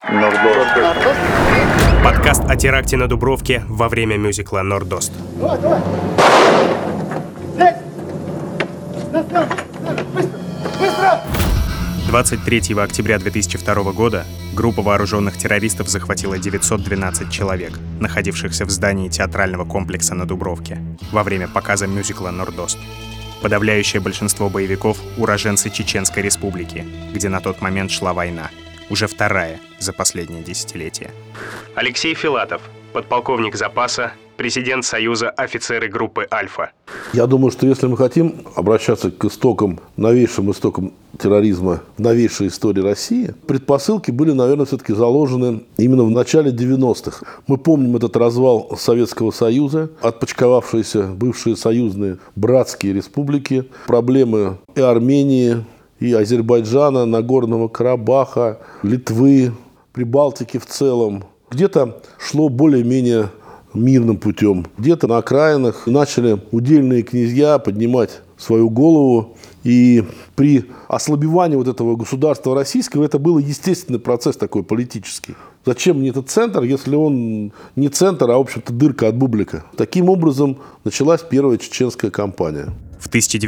Нордост. Подкаст о теракте на Дубровке во время мюзикла «Нордост». 23 октября 2002 года группа вооруженных террористов захватила 912 человек, находившихся в здании театрального комплекса на Дубровке, во время показа мюзикла «Нордост». Подавляющее большинство боевиков — уроженцы Чеченской Республики, где на тот момент шла война, уже вторая за последнее десятилетие. Алексей Филатов, подполковник запаса, президент Союза офицеры группы «Альфа». Я думаю, что если мы хотим обращаться к истокам, новейшим истокам терроризма в новейшей истории России, предпосылки были, наверное, все-таки заложены именно в начале 90-х. Мы помним этот развал Советского Союза, отпочковавшиеся бывшие союзные братские республики, проблемы и Армении, и Азербайджана, Нагорного Карабаха, Литвы, Прибалтики в целом. Где-то шло более-менее мирным путем. Где-то на окраинах начали удельные князья поднимать свою голову. И при ослабевании вот этого государства российского это был естественный процесс такой политический. Зачем мне этот центр, если он не центр, а, в общем-то, дырка от бублика? Таким образом началась первая чеченская кампания. В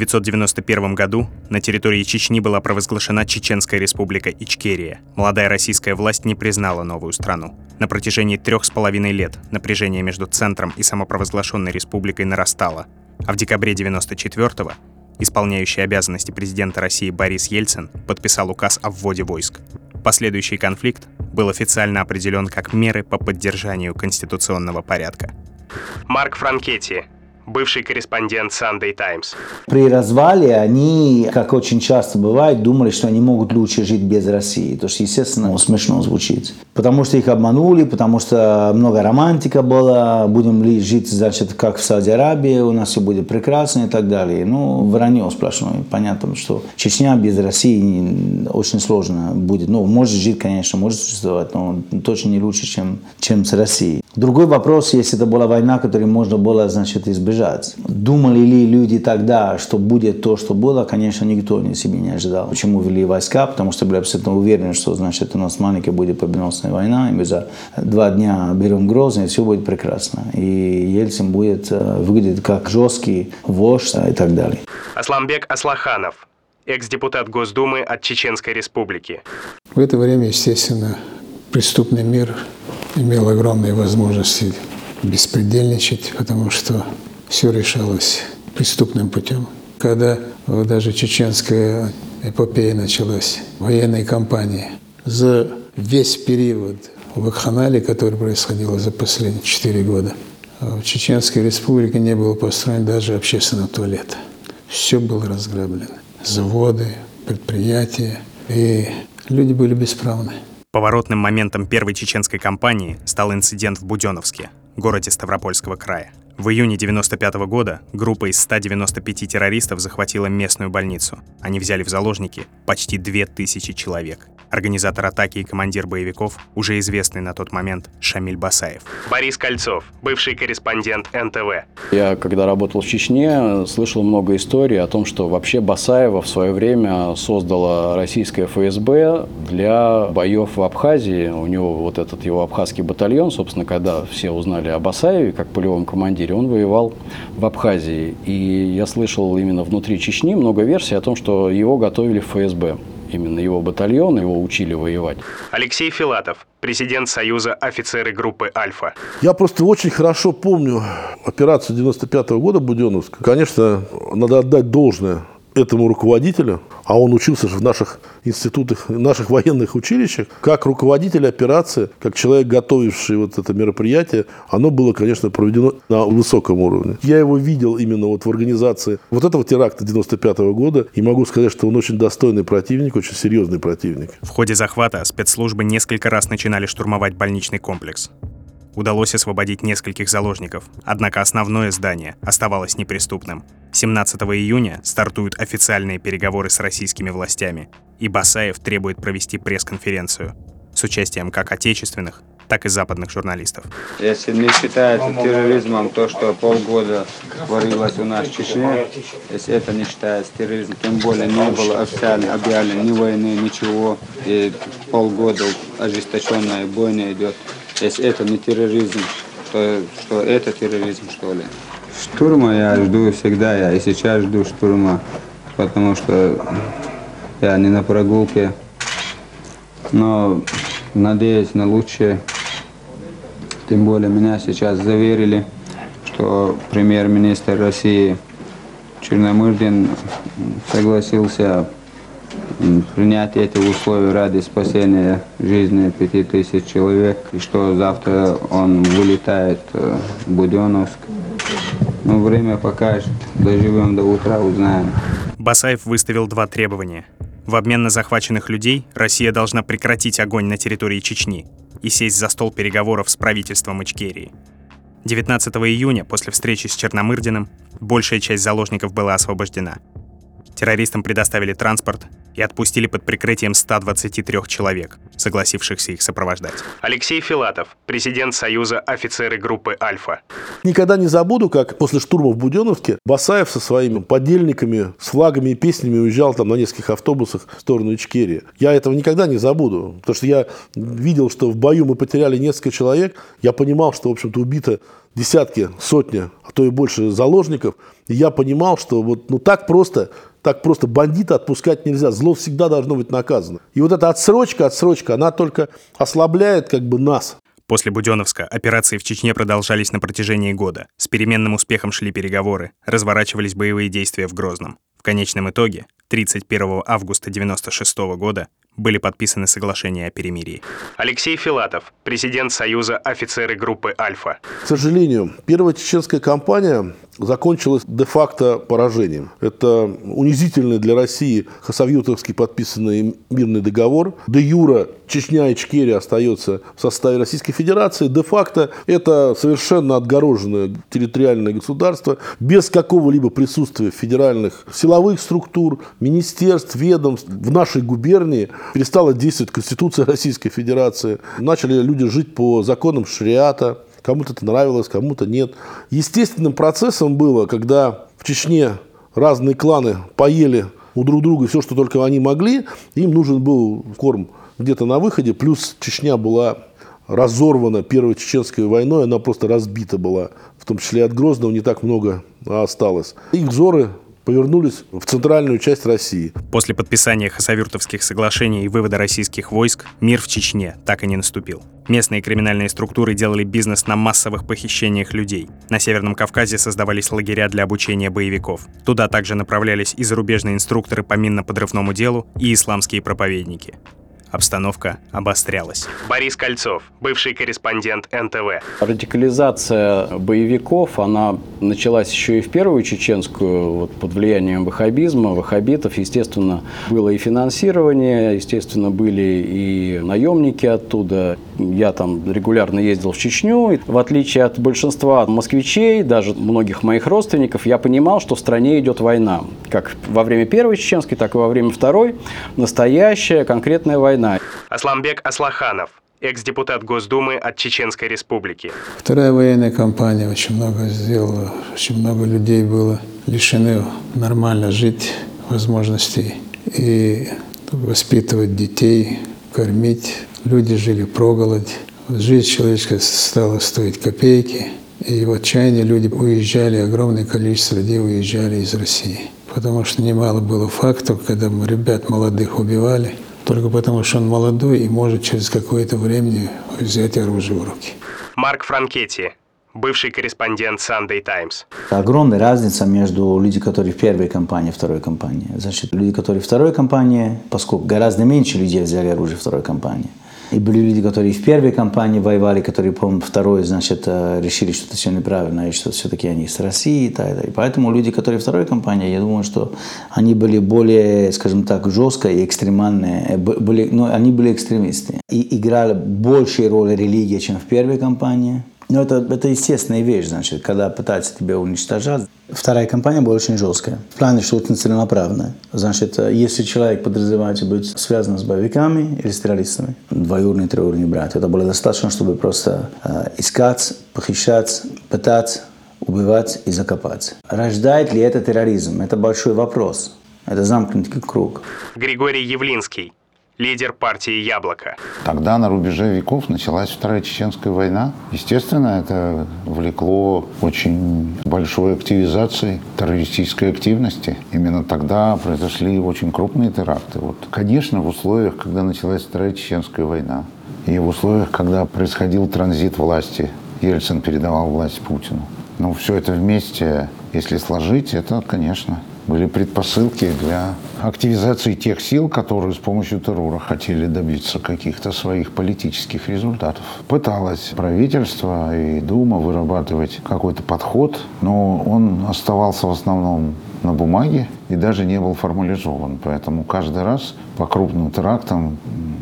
1991 году на территории Чечни была провозглашена Чеченская республика Ичкерия. Молодая российская власть не признала новую страну. На протяжении 3,5 лет напряжение между центром и самопровозглашенной республикой нарастало. А в декабре 1994-го исполняющий обязанности президента России Борис Ельцин подписал указ о вводе войск. Последующий конфликт был официально определен как меры по поддержанию конституционного порядка. Марк Франкетти, бывший корреспондент Sunday Times. При развале они, как очень часто бывает, думали, что они могут лучше жить без России. То есть, естественно, смешно звучит. Потому что их обманули, потому что много романтика было. Будем ли жить, значит, как в Сауди Аравии, у нас все будет прекрасно и так далее. Ну, вранье сплошное. Понятно, что Чечня без России очень сложно будет. Ну, может жить, конечно, может существовать, но точно не лучше, чем с Россией. Другой вопрос, если это была война, которую можно было, значит, избежать. Думали ли люди тогда, что будет то, что было? Конечно, никто себе не ожидал. Почему ввели войска? Потому что были абсолютно уверены, что, значит, у нас маленькая будет победоносная война, и мы за 2 дня берем Грозный, и все будет прекрасно. И Ельцин будет выглядеть как жесткий вождь и так далее. Асламбек Аслаханов, экс-депутат Госдумы от Чеченской Республики. В это время, естественно, преступный мир имел огромные возможности беспредельничать, потому что все решалось преступным путем. Когда даже чеченская эпопея началась, военной кампании, за весь период вакханалии, который происходил за последние 4 года, в Чеченской Республике не было построено даже общественного туалета. Все было разграблено. Заводы, предприятия, и люди были бесправны. Поворотным моментом первой чеченской кампании стал инцидент в Буденновске, городе Ставропольского края. В июне 1995 года группа из 195 террористов захватила местную больницу. Они взяли в заложники почти 2000 человек. Организатор атаки и командир боевиков, уже известный на тот момент Шамиль Басаев. Борис Кольцов, бывший корреспондент НТВ. Я, когда работал в Чечне, слышал много историй о том, что вообще Басаева в свое время создала российское ФСБ для боев в Абхазии. У него вот этот его абхазский батальон, собственно, когда все узнали о Басаеве как полевом командире, он воевал в Абхазии. И я слышал именно внутри Чечни много версий о том, что его готовили в ФСБ. Именно его батальон, его учили воевать. Алексей Филатов, президент Союза офицеры группы «Альфа». Я просто очень хорошо помню операцию 95-го года Буденновска. Конечно, надо отдать должное этому руководителю, а он учился же в наших институтах, в наших военных училищах, как руководитель операции, как человек, готовивший вот это мероприятие, оно было, конечно, проведено на высоком уровне. Я его видел именно вот в организации вот этого теракта 95-го года, и могу сказать, что он очень достойный противник, очень серьезный противник. В ходе захвата спецслужбы несколько раз начинали штурмовать больничный комплекс. Удалось освободить нескольких заложников, однако основное здание оставалось неприступным. 17 июня стартуют официальные переговоры с российскими властями, и Басаев требует провести пресс-конференцию с участием как отечественных, так и западных журналистов. Если не считается терроризмом то, что полгода творилось у нас в Чечне, если это не считается терроризмом, тем более не было официально объявлено ни войны, ничего, и полгода ожесточенная бойня идет. Если это не терроризм, что это терроризм, что ли? Штурма я жду всегда, я и сейчас жду штурма, потому что я не на прогулке, но надеюсь на лучшее. Тем более меня сейчас заверили, что премьер-министр России Черномырдин согласился принять эти условия ради спасения жизни 5000 человек, и что завтра он вылетает в Буденновск. Но время покажет, доживем до утра, узнаем. Басаев выставил два требования. В обмен на захваченных людей Россия должна прекратить огонь на территории Чечни и сесть за стол переговоров с правительством Ичкерии. 19 июня, после встречи с Черномырдиным, большая часть заложников была освобождена. Террористам предоставили транспорт и отпустили под прикрытием 123 человек, согласившихся их сопровождать. Алексей Филатов, президент Союза офицеры группы «Альфа». Никогда не забуду, как после штурма в Буденновске Басаев со своими подельниками, с флагами и песнями уезжал там на нескольких автобусах в сторону Ичкерии. Я этого никогда не забуду, потому что я видел, что в бою мы потеряли несколько человек. Я понимал, что, в общем-то, убито десятки, сотни, а то и больше заложников. И я понимал, что так просто бандита отпускать нельзя. Зло всегда должно быть наказано. И вот эта отсрочка, она только ослабляет нас. После Буденновска операции в Чечне продолжались на протяжении года. С переменным успехом шли переговоры, разворачивались боевые действия в Грозном. В конечном итоге, 31 августа 1996 года, были подписаны соглашения о перемирии. Алексей Филатов, президент Союза офицеры группы «Альфа». К сожалению, первая чеченская кампания закончилась де-факто поражением. Это унизительный для России хасавюртовский подписанный мирный договор. Де-юра Чечня и Ичкерия остается в составе Российской Федерации. Де-факто это совершенно отгороженное территориальное государство без какого-либо присутствия федеральных силовых структур, министерств, ведомств. В нашей губернии перестала действовать Конституция Российской Федерации. Начали люди жить по законам шариата. Кому-то это нравилось, кому-то нет. Естественным процессом было, когда в Чечне разные кланы поели у друг друга все, что только они могли, им нужен был корм где-то на выходе, плюс Чечня была разорвана Первой Чеченской войной, она просто разбита была, в том числе от Грозного не так много осталось. Их взоры повернулись в центральную часть России. После подписания хасавюртовских соглашений и вывода российских войск мир в Чечне так и не наступил. Местные криминальные структуры делали бизнес на массовых похищениях людей. На Северном Кавказе создавались лагеря для обучения боевиков. Туда также направлялись и зарубежные инструкторы по минно-подрывному делу, и исламские проповедники. Обстановка обострялась. Борис Кольцов, бывший корреспондент НТВ. Радикализация боевиков, она началась еще и в первую чеченскую, под влиянием ваххабизма, ваххабитов. Естественно, было и финансирование, естественно, были и наемники оттуда. Я там регулярно ездил в Чечню. И в отличие от большинства москвичей, даже многих моих родственников, я понимал, что в стране идет война. Как во время Первой чеченской, так и во время Второй. Настоящая, конкретная война. Асламбек Аслаханов, экс-депутат Госдумы от Чеченской Республики. Вторая военная кампания очень много сделала, очень много людей было лишены нормально жить, возможностей и воспитывать детей, кормить. Люди жили впроголодь. Жизнь человеческая стала стоить копейки. И в отчаянии люди уезжали, огромное количество людей уезжали из России. Потому что немало было фактов, когда мы ребят молодых убивали, только потому, что он молодой и может через какое-то время взять оружие в руки. Марк Франкетти, бывший корреспондент Sunday Times. Огромная разница между людьми, которые в первой кампании и второй кампании. Значит, люди, которые в второй кампании, поскольку гораздо меньше людей взяли оружие в второй кампании, и были люди, которые в первой кампании воевали, которые, по-моему, второй, значит, решили, что это все неправильно, и что все-таки они с России. И поэтому люди, которые в второй кампании, я думаю, что они были более, скажем так, жестко и экстремальные. Они были экстремисты. И играли большую роль религии, чем в первой кампании. Но это естественная вещь, значит, когда пытаются тебя уничтожать. Вторая кампания была очень жесткая. В плане, что очень целенаправленная. Значит, если человек подразумевается быть связан с боевиками или с террористами, двоюродные, троюродные братья, это было достаточно, чтобы просто искать, похищать, пытать, убивать и закопать. Рождает ли это терроризм? Это большой вопрос. Это замкнутый круг. Григорий Явлинский, лидер партии «Яблоко». Тогда на рубеже веков началась Вторая Чеченская война. Естественно, это влекло очень большой активизации террористической активности. Именно тогда произошли очень крупные теракты. Вот, конечно, в условиях, когда началась Вторая Чеченская война, и в условиях, когда происходил транзит власти, Ельцин передавал власть Путину. Но все это вместе, если сложить, это, конечно, были предпосылки для активизации тех сил, которые с помощью террора хотели добиться каких-то своих политических результатов. Пыталось правительство и Дума вырабатывать какой-то подход, но он оставался в основном на бумаге и даже не был формализован. Поэтому каждый раз по крупным терактам,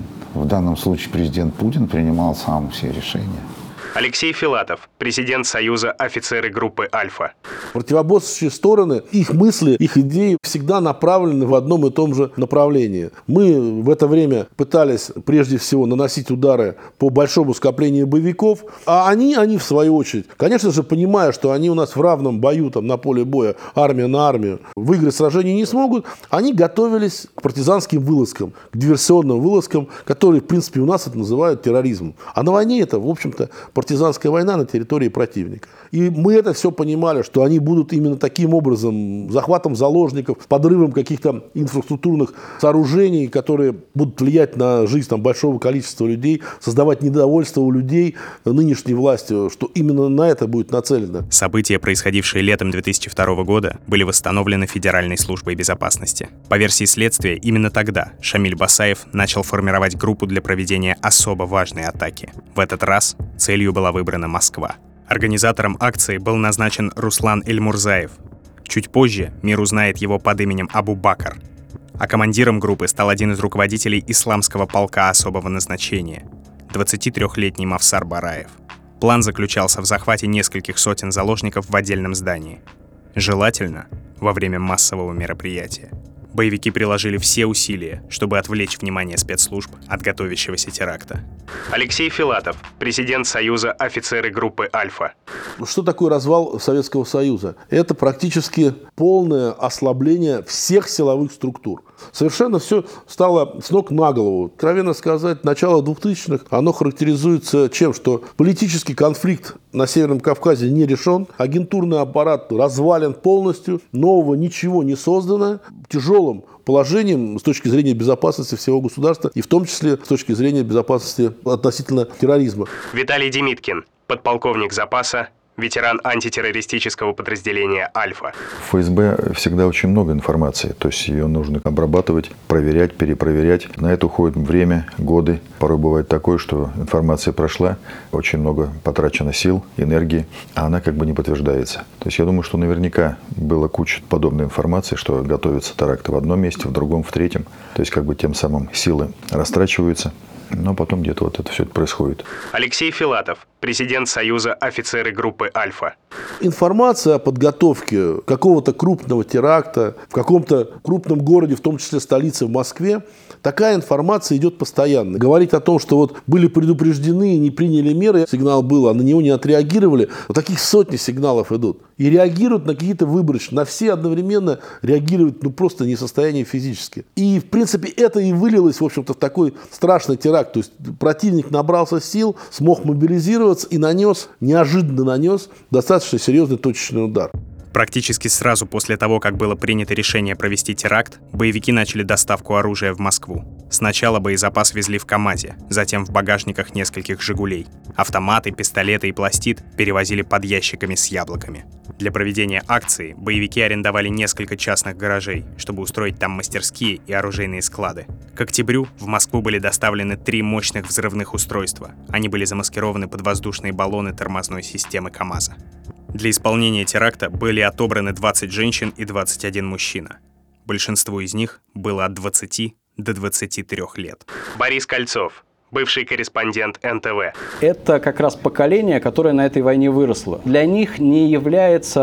в данном случае президент Путин, принимал сам все решения. Алексей Филатов, президент Союза офицеры группы «Альфа». Противоборствующие стороны, их мысли, их идеи всегда направлены в одном и том же направлении. Мы в это время пытались прежде всего наносить удары по большому скоплению боевиков, а они в свою очередь, конечно же, понимая, что они у нас в равном бою там, на поле боя, армия на армию, выиграть сражение не смогут, они готовились к партизанским вылазкам, к диверсионным вылазкам, которые, в принципе, у нас это называют терроризмом. А на войне это, в общем-то, партизанская война на территории противника. И мы это все понимали, что они будут именно таким образом, захватом заложников, подрывом каких-то инфраструктурных сооружений, которые будут влиять на жизнь там, большого количества людей, создавать недовольство у людей нынешней властью, что именно на это будет нацелено. События, происходившие летом 2002 года, были восстановлены Федеральной службой безопасности. По версии следствия, именно тогда Шамиль Басаев начал формировать группу для проведения особо важной атаки. В этот раз целью была выбрана Москва. Организатором акции был назначен Руслан Эльмурзаев. Чуть позже мир узнает его под именем Абу Бакр. А командиром группы стал один из руководителей исламского полка особого назначения — 23-летний Мавсар Бараев. План заключался в захвате нескольких сотен заложников в отдельном здании. Желательно во время массового мероприятия. Боевики приложили все усилия, чтобы отвлечь внимание спецслужб от готовящегося теракта. Алексей Филатов, президент Союза офицеры группы «Альфа». Что такое развал Советского Союза? Это практически полное ослабление всех силовых структур. Совершенно все стало с ног на голову. Откровенно сказать, начало 2000-х, оно характеризуется чем? Что политический конфликт на Северном Кавказе не решен, агентурный аппарат развален полностью, нового ничего не создано, тяжелым положением с точки зрения безопасности всего государства и в том числе с точки зрения безопасности относительно терроризма. Виталий Демиткин, подполковник запаса, ветеран антитеррористического подразделения «Альфа». В ФСБ всегда очень много информации, то есть ее нужно обрабатывать, проверять, перепроверять. На это уходит время, годы. Порой бывает такое, что информация прошла, очень много потрачено сил, энергии, а она как бы не подтверждается. То есть я думаю, что наверняка была куча подобной информации, что готовятся теракты в одном месте, в другом, в третьем. То есть как бы тем самым силы растрачиваются. Но потом где-то вот это все происходит. Алексей Филатов, президент Союза офицеры группы «Альфа». Информация о подготовке какого-то крупного теракта в каком-то крупном городе, в том числе столице в Москве, такая информация идет постоянно. Говорить о том, что вот были предупреждены и не приняли меры, сигнал был, а на него не отреагировали, вот таких сотни сигналов идут. И реагируют на какие-то выборочные, на все одновременно реагируют просто не в состоянии физически. И, в принципе, это и вылилось, в общем-то, в такой страшный теракт. То есть противник набрался сил, смог мобилизироваться и неожиданно нанес достаточно серьезный точечный удар. Практически сразу после того, как было принято решение провести теракт, боевики начали доставку оружия в Москву. Сначала боезапас везли в КАМАЗе, затем в багажниках нескольких «Жигулей». Автоматы, пистолеты и пластид перевозили под ящиками с яблоками. Для проведения акции боевики арендовали несколько частных гаражей, чтобы устроить там мастерские и оружейные склады. К октябрю в Москву были доставлены 3 мощных взрывных устройства. Они были замаскированы под воздушные баллоны тормозной системы КАМАЗа. Для исполнения теракта были отобраны 20 женщин и 21 мужчина. Большинству из них было от 20 до 23 лет. Борис Кольцов, бывший корреспондент НТВ. Это как раз поколение, которое на этой войне выросло. Для них не является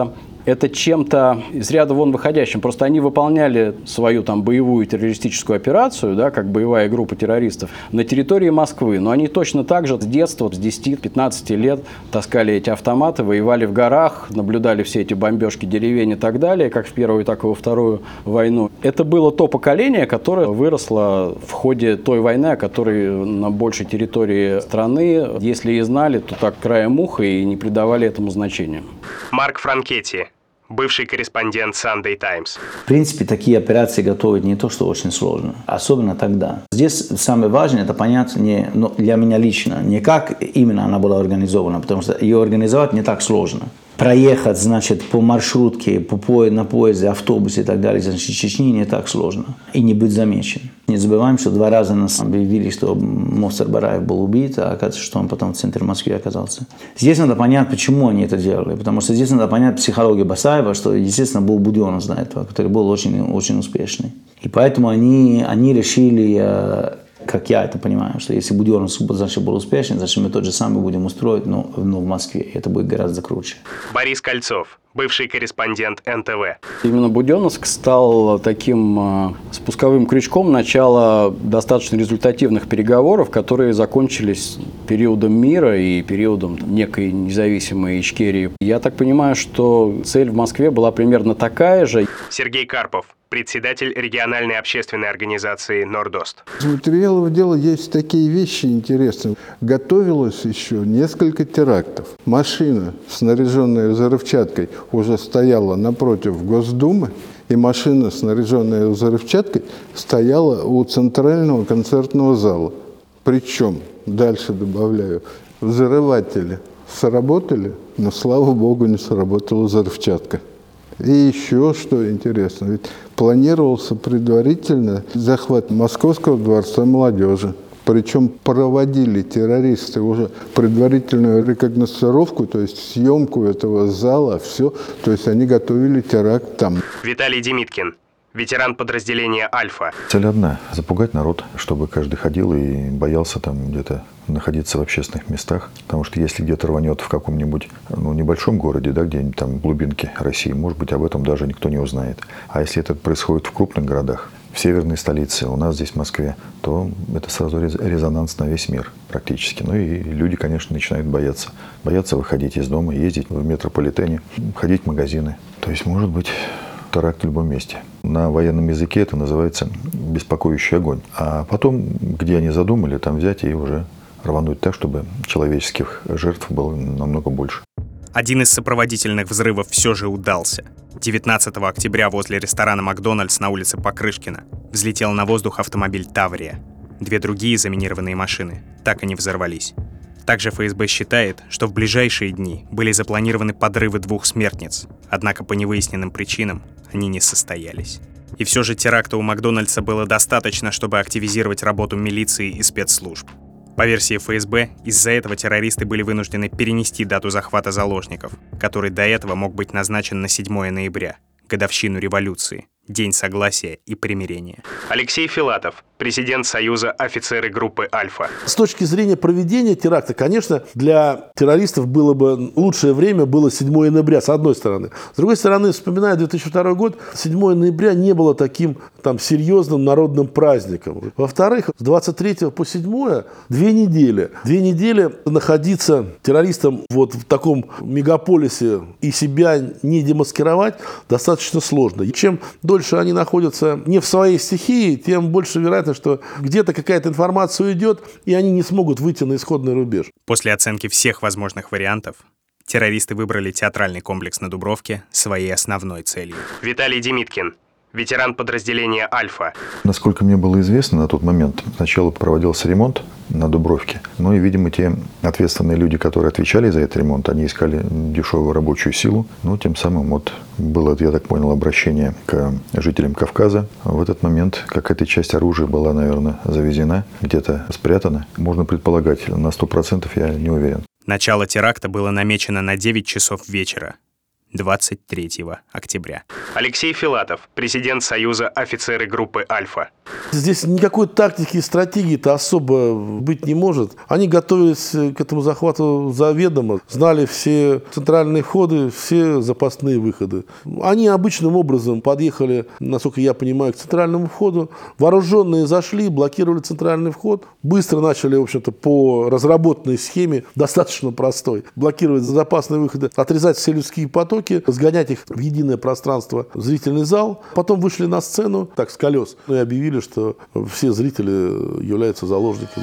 это чем-то из ряда вон выходящим. Просто они выполняли свою там боевую террористическую операцию, да, как боевая группа террористов, на территории Москвы. Но они точно так же с детства, с 10-15 лет таскали эти автоматы, воевали в горах, наблюдали все эти бомбежки деревень и так далее, как в Первую, так и во Вторую войну. Это было то поколение, которое выросло в ходе той войны, о которой на большей территории страны, если и знали, то так краем уха и не придавали этому значения. Марк Франкетти, бывший корреспондент Sunday Times. В принципе, такие операции готовить не то, что очень сложно, особенно тогда. Здесь самое важное, это понять для меня лично, не как именно она была организована, потому что ее организовать не так сложно. Проехать, значит, по маршрутке, на поезде, автобусе и так далее, значит, в Чечне не так сложно. И не быть замечен. Не забываем, что 2 раза нас объявили, что Мовсар Бараев был убит, а оказывается, что он потом в центре Москвы оказался. Здесь надо понять, почему они это делали. Потому что здесь надо понять психологию Басаева, что, естественно, был Буденов, до этого, который был очень, очень успешный. И поэтому они решили, как я это понимаю, что если Буденов, значит, был успешен, значит, мы тот же самый будем устроить, но в Москве. И это будет гораздо круче. Борис Кольцов, бывший корреспондент НТВ. Именно Буденновск стал таким спусковым крючком начала достаточно результативных переговоров, которые закончились периодом мира и периодом некой независимой Ичкерии. Я так понимаю, что цель в Москве была примерно такая же. Сергей Карпов, председатель региональной общественной организации «Нордост». Из материалов дела есть такие вещи интересные. Готовилось еще несколько терактов. Машина, снаряженная взрывчаткой, уже стояла напротив Госдумы, и машина, снаряженная взрывчаткой, стояла у центрального концертного зала. Причем, дальше добавляю, взрыватели сработали, но, слава богу, не сработала взрывчатка. И еще что интересно, ведь планировался предварительно захват Московского дворца молодежи. Причем проводили террористы уже предварительную рекогносцировку, то есть съемку этого зала, все. То есть они готовили теракт там. Виталий Демиткин, ветеран подразделения «Альфа». Цель одна – запугать народ, чтобы каждый ходил и боялся там где-то находиться в общественных местах. Потому что если где-то рванет в каком-нибудь небольшом городе, да, где-нибудь там в глубинке России, может быть, об этом даже никто не узнает. А если это происходит в крупных городах, в северной столице, у нас здесь в Москве, то это сразу резонанс на весь мир практически. Ну и люди, конечно, начинают бояться. Боятся выходить из дома, ездить в метрополитене, ходить в магазины. То есть, может быть, теракт в любом месте. На военном языке это называется беспокоящий огонь. А потом, где они задумали, там взять и уже рвануть так, чтобы человеческих жертв было намного больше. Один из сопроводительных взрывов все же удался. 19 октября возле ресторана «Макдональдс» на улице Покрышкина взлетел на воздух автомобиль «Таврия». 2 другие заминированные машины так и не взорвались. Также ФСБ считает, что в ближайшие дни были запланированы подрывы 2 смертниц, однако по невыясненным причинам они не состоялись. И все же теракта у Макдональдса было достаточно, чтобы активизировать работу милиции и спецслужб. По версии ФСБ, из-за этого террористы были вынуждены перенести дату захвата заложников, который до этого мог быть назначен на 7 ноября, годовщину революции, День согласия и примирения. Алексей Филатов, президент Союза офицеры группы «Альфа». С точки зрения проведения теракта, конечно, для террористов было бы лучшее время было 7 ноября, с одной стороны. С другой стороны, вспоминая 2002 год, 7 ноября не было таким серьезным народным праздником. Во-вторых, с 23 по 7 2 недели. 2 недели находиться террористам в таком мегаполисе и себя не демаскировать достаточно сложно. И чем дольше они находятся не в своей стихии, тем больше вероятно, что где-то какая-то информация уйдет, и они не смогут выйти на исходный рубеж. После оценки всех возможных вариантов, террористы выбрали театральный комплекс на Дубровке своей основной целью. Виталий Демиткин, ветеран подразделения «Альфа». Насколько мне было известно, на тот момент сначала проводился ремонт на Дубровке. Ну и, видимо, те ответственные люди, которые отвечали за этот ремонт, они искали дешевую рабочую силу. Ну, тем самым было, я так понял, обращение к жителям Кавказа. В этот момент какая-то часть оружия была, наверное, завезена, где-то спрятана. Можно предполагать, на 100% я не уверен. Начало теракта было намечено на 9 часов вечера. 23 октября. Алексей Филатов, президент Союза офицеры группы «Альфа». Здесь никакой тактики и стратегии-то особо быть не может. Они готовились к этому захвату заведомо, знали все центральные входы, все запасные выходы. Они обычным образом подъехали, насколько я понимаю, к центральному входу. Вооруженные зашли, блокировали центральный вход. Быстро начали, в общем-то, по разработанной схеме, достаточно простой, блокировать запасные выходы, отрезать все людские потоки, сгонять их в единое пространство, зрительный зал. Потом вышли на сцену, так, с колес, и объявили, что все зрители являются заложниками.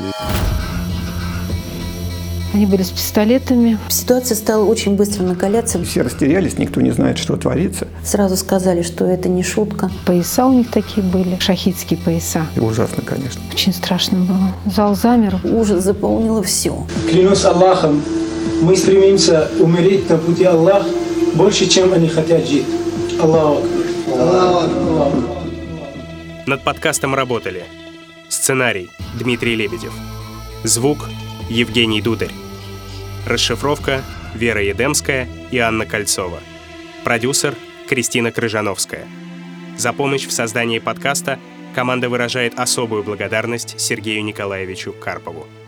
Они были с пистолетами. Ситуация стала очень быстро накаляться. Все растерялись, никто не знает, что творится. Сразу сказали, что это не шутка. Пояса у них такие были, шахидские пояса. И ужасно, конечно. Очень страшно было. Зал замер. Ужас заполнило все. Клянусь Аллахом, мы стремимся умереть на пути Аллаха больше, чем они хотят жить. Аллаху Акбар. Над подкастом работали сценарий Дмитрий Лебедев, звук Евгений Дударь, расшифровка Вера Едемская и Анна Кольцова, продюсер Кристина Крыжановская. За помощь в создании подкаста команда выражает особую благодарность Сергею Николаевичу Карпову.